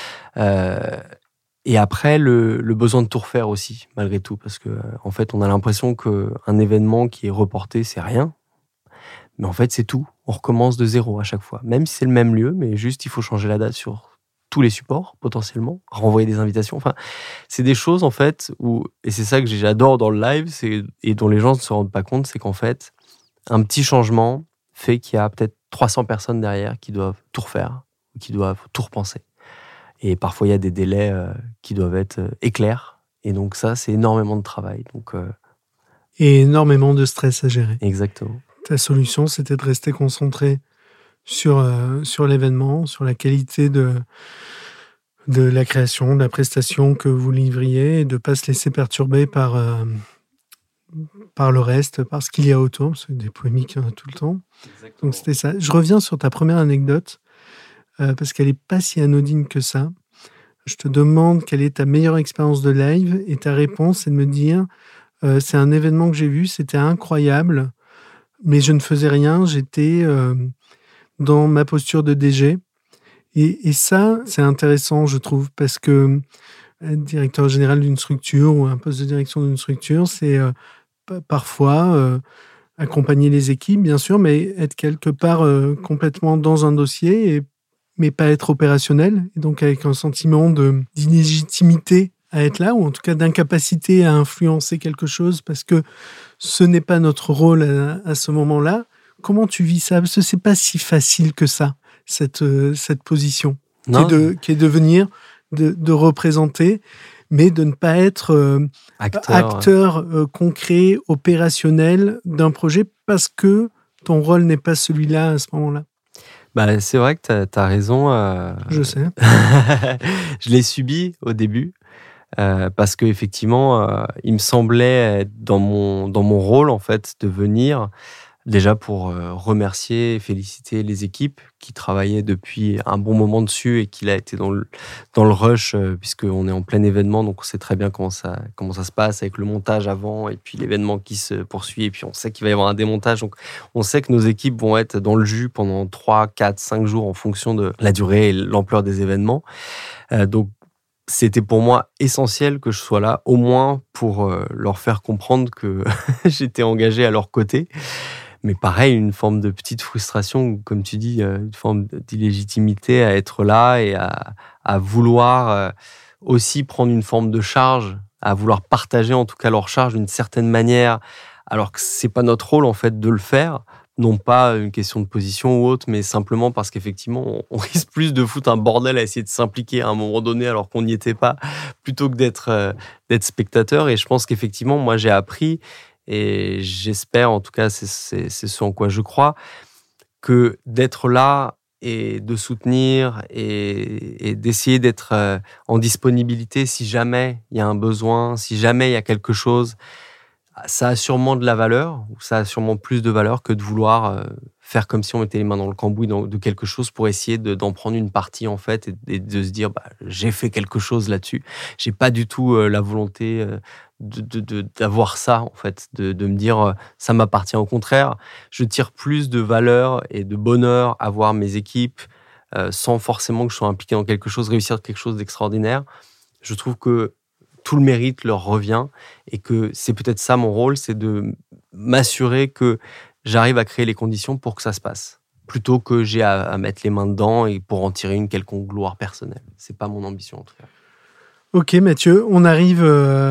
Speaker 2: Et après, le besoin de tout refaire aussi, malgré tout, parce que en fait, on a l'impression qu'un événement qui est reporté, c'est rien, mais en fait, c'est tout. On recommence de zéro à chaque fois, même si c'est le même lieu, mais juste, il faut changer la date sur tous les supports, potentiellement, renvoyer des invitations. Enfin, c'est des choses, en fait, et c'est ça que j'adore dans le live, et dont les gens ne se rendent pas compte, c'est qu'en fait, un petit changement fait qu'il y a peut-être 300 personnes derrière qui doivent tout refaire, ou qui doivent tout repenser. Et parfois, il y a des délais qui doivent être éclairs. Et donc ça, c'est énormément de travail.
Speaker 1: Et énormément de stress à gérer.
Speaker 2: Exactement.
Speaker 1: Ta solution, c'était de rester concentré sur l'événement, sur la qualité de la création, de la prestation que vous livriez, et de ne pas se laisser perturber par le reste, par ce qu'il y a autour, parce que des polémiques, il y en a tout le temps. Exactement. Donc c'était ça. Je reviens sur ta première anecdote, parce qu'elle n'est pas si anodine que ça. Je te demande quelle est ta meilleure expérience de live, et ta réponse, c'est de me dire c'est un événement que j'ai vu, c'était incroyable, mais je ne faisais rien, j'étais dans ma posture de DG. Et ça, c'est intéressant, je trouve, parce que être directeur général d'une structure ou un poste de direction d'une structure, c'est parfois accompagner les équipes, bien sûr, mais être quelque part complètement dans un dossier, mais pas être opérationnel, et donc avec un sentiment d'inillégitimité à être là, ou en tout cas d'incapacité à influencer quelque chose, parce que ce n'est pas notre rôle à ce moment-là. Comment tu vis ça ? Parce que c'est pas si facile que ça, cette position, qui est de venir de représenter, mais de ne pas être acteur concret, opérationnel d'un projet parce que ton rôle n'est pas celui-là à ce moment-là.
Speaker 2: Bah, c'est vrai que tu as raison.
Speaker 1: Je sais.
Speaker 2: Je l'ai subi au début parce qu'effectivement, il me semblait être dans mon rôle en fait de venir déjà pour remercier et féliciter les équipes qui travaillaient depuis un bon moment dessus et qu'il a été dans le rush puisqu'on est en plein événement, donc on sait très bien comment ça se passe avec le montage avant et puis l'événement qui se poursuit et puis on sait qu'il va y avoir un démontage. Donc on sait que nos équipes vont être dans le jus pendant 3, 4, 5 jours en fonction de la durée et l'ampleur des événements. Donc c'était pour moi essentiel que je sois là, au moins pour leur faire comprendre que j'étais engagé à leur côté. Mais pareil, une forme de petite frustration, ou comme tu dis, une forme d'illégitimité à être là et à vouloir aussi prendre une forme de charge, à vouloir partager en tout cas leur charge d'une certaine manière, alors que c'est pas notre rôle en fait de le faire, non pas une question de position ou autre, mais simplement parce qu'effectivement, on risque plus de foutre un bordel à essayer de s'impliquer à un moment donné alors qu'on n'y était pas, plutôt que d'être spectateur. Et je pense qu'effectivement, moi j'ai appris, et j'espère, en tout cas, c'est ce en quoi je crois, que d'être là et de soutenir et d'essayer d'être en disponibilité si jamais il y a un besoin, si jamais il y a quelque chose, ça a sûrement de la valeur, ou ça a sûrement plus de valeur que de vouloir faire comme si on mettait les mains dans le cambouis de quelque chose pour essayer d'en prendre une partie, en fait, et de se dire, j'ai fait quelque chose là-dessus. J'ai pas du tout la volonté d'avoir ça, en fait, de me dire, ça m'appartient. Au contraire, je tire plus de valeur et de bonheur à voir mes équipes, sans forcément que je sois impliqué dans quelque chose, réussir quelque chose d'extraordinaire. Je trouve que tout le mérite leur revient et que c'est peut-être ça mon rôle, c'est de m'assurer que j'arrive à créer les conditions pour que ça se passe, plutôt que j'ai à mettre les mains dedans et pour en tirer une quelconque gloire personnelle. C'est pas mon ambition en tout cas.
Speaker 1: Ok Mathieu, on arrive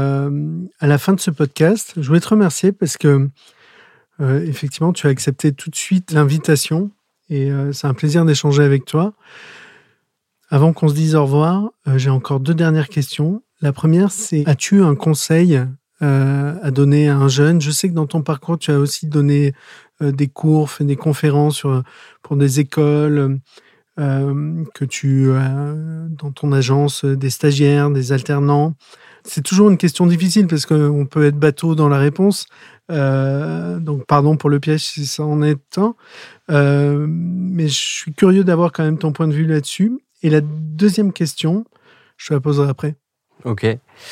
Speaker 1: à la fin de ce podcast. Je voulais te remercier parce que effectivement tu as accepté tout de suite l'invitation et c'est un plaisir d'échanger avec toi. Avant qu'on se dise au revoir, j'ai encore 2 dernières questions. La première, c'est, as-tu un conseil à donner à un jeune? Je sais que dans ton parcours, tu as aussi donné des cours, fait des conférences pour des écoles, que tu as dans ton agence des stagiaires, des alternants. C'est toujours une question difficile parce qu'on peut être bateau dans la réponse. Donc, pardon pour le piège si ça en est un. Mais je suis curieux d'avoir quand même ton point de vue là-dessus. Et la deuxième question, je te la poserai après.
Speaker 2: Ok.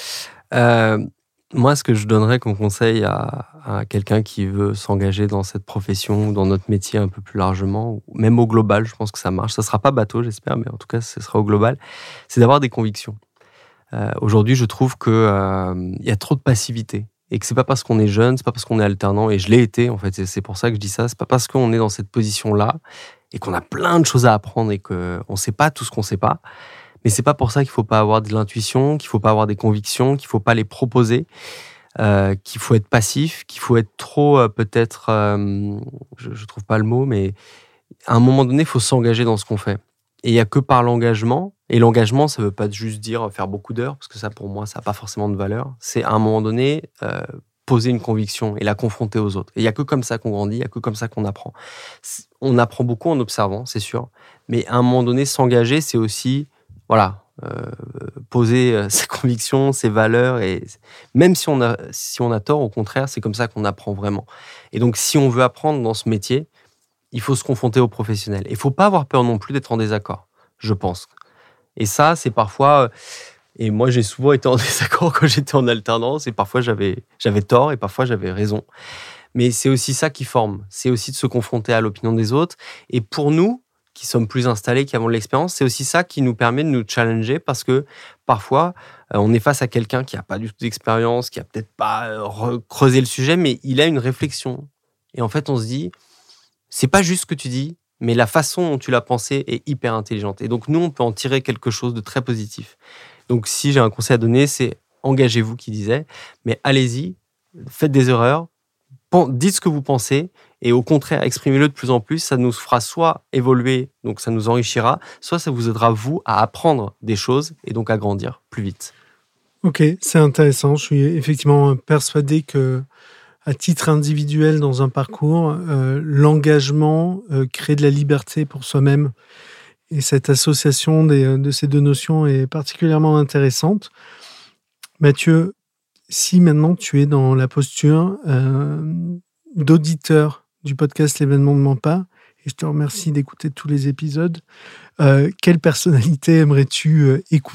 Speaker 2: Moi, ce que je donnerais comme conseil à quelqu'un qui veut s'engager dans cette profession ou dans notre métier un peu plus largement, ou même au global, je pense que ça marche. Ça ne sera pas bateau, j'espère, mais en tout cas, ce sera au global. C'est d'avoir des convictions. Aujourd'hui, je trouve qu'il y a trop de passivité. Et que c'est pas parce qu'on est jeune, c'est pas parce qu'on est alternant, et je l'ai été, en fait, et c'est pour ça que je dis ça, c'est pas parce qu'on est dans cette position-là, et qu'on a plein de choses à apprendre, et qu'on sait pas tout ce qu'on sait pas, mais c'est pas pour ça qu'il faut pas avoir de l'intuition, qu'il faut pas avoir des convictions, qu'il faut pas les proposer, qu'il faut être passif, qu'il faut être trop, peut-être, je trouve pas le mot, mais à un moment donné, il faut s'engager dans ce qu'on fait. Et il n'y a que par l'engagement, et l'engagement, ça ne veut pas juste dire faire beaucoup d'heures, parce que ça, pour moi, ça n'a pas forcément de valeur. C'est à un moment donné, poser une conviction et la confronter aux autres. Et il n'y a que comme ça qu'on grandit, il n'y a que comme ça qu'on apprend. On apprend beaucoup en observant, c'est sûr, mais à un moment donné, s'engager, c'est aussi, voilà, poser ses convictions, ses valeurs, et même si on a tort, au contraire, c'est comme ça qu'on apprend vraiment. Et donc, si on veut apprendre dans ce métier, il faut se confronter aux professionnels. Il ne faut pas avoir peur non plus d'être en désaccord, je pense. Et ça, c'est parfois... Et moi, j'ai souvent été en désaccord quand j'étais en alternance, et parfois j'avais tort, et parfois j'avais raison. Mais c'est aussi ça qui forme. C'est aussi de se confronter à l'opinion des autres. Et pour nous, qui sommes plus installés, qui avons de l'expérience, c'est aussi ça qui nous permet de nous challenger, parce que parfois, on est face à quelqu'un qui n'a pas du tout d'expérience, qui n'a peut-être pas creusé le sujet, mais il a une réflexion. Et en fait, on se dit... C'est pas juste ce que tu dis, mais la façon dont tu l'as pensé est hyper intelligente. Et donc, nous, on peut en tirer quelque chose de très positif. Donc, si j'ai un conseil à donner, c'est engagez-vous, qui disait, mais allez-y, faites des erreurs, dites ce que vous pensez et au contraire, exprimez-le de plus en plus. Ça nous fera soit évoluer, donc ça nous enrichira, soit ça vous aidera, vous, à apprendre des choses et donc à grandir plus vite.
Speaker 1: Ok, c'est intéressant. Je suis effectivement persuadé que, à titre individuel dans un parcours, l'engagement crée de la liberté pour soi-même. Et cette association de ces deux notions est particulièrement intéressante. Mathieu, si maintenant tu es dans la posture d'auditeur du podcast L'événement ne ment pas, et je te remercie d'écouter tous les épisodes, quelle personnalité aimerais-tu écouter ?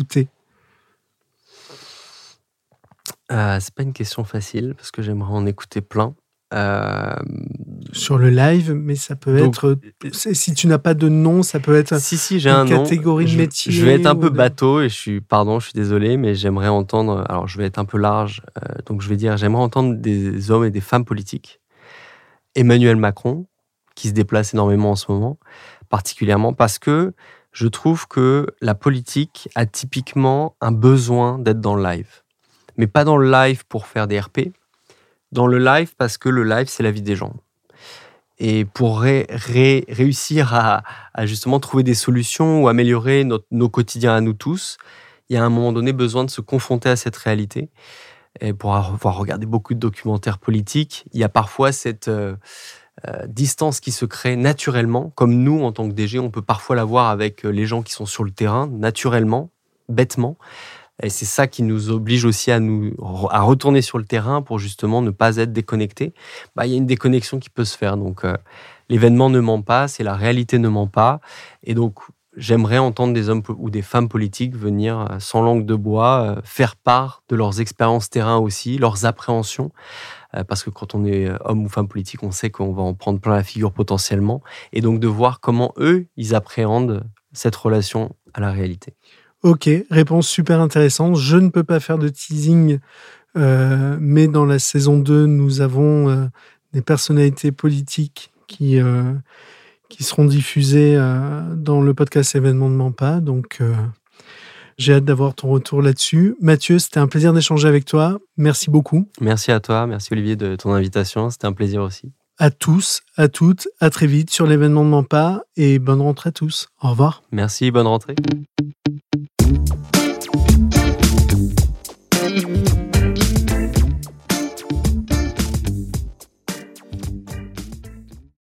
Speaker 2: C'est pas une question facile parce que j'aimerais en écouter plein.
Speaker 1: Sur le live, mais ça peut être... Si tu n'as pas de nom, ça peut être
Speaker 2: Si, j'ai
Speaker 1: une
Speaker 2: un nom.
Speaker 1: catégorie de métier.
Speaker 2: Je vais être un peu bateau et je suis désolé, mais j'aimerais entendre... Alors, je vais être un peu large, donc je vais dire, j'aimerais entendre des hommes et des femmes politiques. Emmanuel Macron, qui se déplace énormément en ce moment, particulièrement parce que je trouve que la politique a typiquement un besoin d'être dans le live. Mais pas dans le live pour faire des RP, dans le live parce que le live, c'est la vie des gens. Et pour réussir à justement trouver des solutions ou améliorer nos quotidiens à nous tous, il y a à un moment donné besoin de se confronter à cette réalité. Et pour avoir regardé beaucoup de documentaires politiques, il y a parfois cette distance qui se crée naturellement, comme nous, en tant que DG, on peut parfois l'avoir avec les gens qui sont sur le terrain, naturellement, bêtement. Et c'est ça qui nous oblige aussi à retourner sur le terrain pour justement ne pas être déconnectés. Il y a une déconnexion qui peut se faire. Donc, l'événement ne ment pas, c'est la réalité ne ment pas. Et donc, j'aimerais entendre des hommes ou des femmes politiques venir sans langue de bois, faire part de leurs expériences terrain aussi, leurs appréhensions. Parce que quand on est homme ou femme politique, on sait qu'on va en prendre plein la figure potentiellement. Et donc, de voir comment eux, ils appréhendent cette relation à la réalité.
Speaker 1: Ok, réponse super intéressante. Je ne peux pas faire de teasing, mais dans la saison 2, nous avons des personnalités politiques qui seront diffusées dans le podcast Événement ne ment pas. Donc, j'ai hâte d'avoir ton retour là-dessus. Mathieu, c'était un plaisir d'échanger avec toi. Merci beaucoup.
Speaker 2: Merci à toi. Merci Olivier de ton invitation. C'était un plaisir aussi.
Speaker 1: À tous, à toutes, à très vite sur l'Événement ne ment pas et bonne rentrée à tous. Au revoir.
Speaker 2: Merci, bonne rentrée.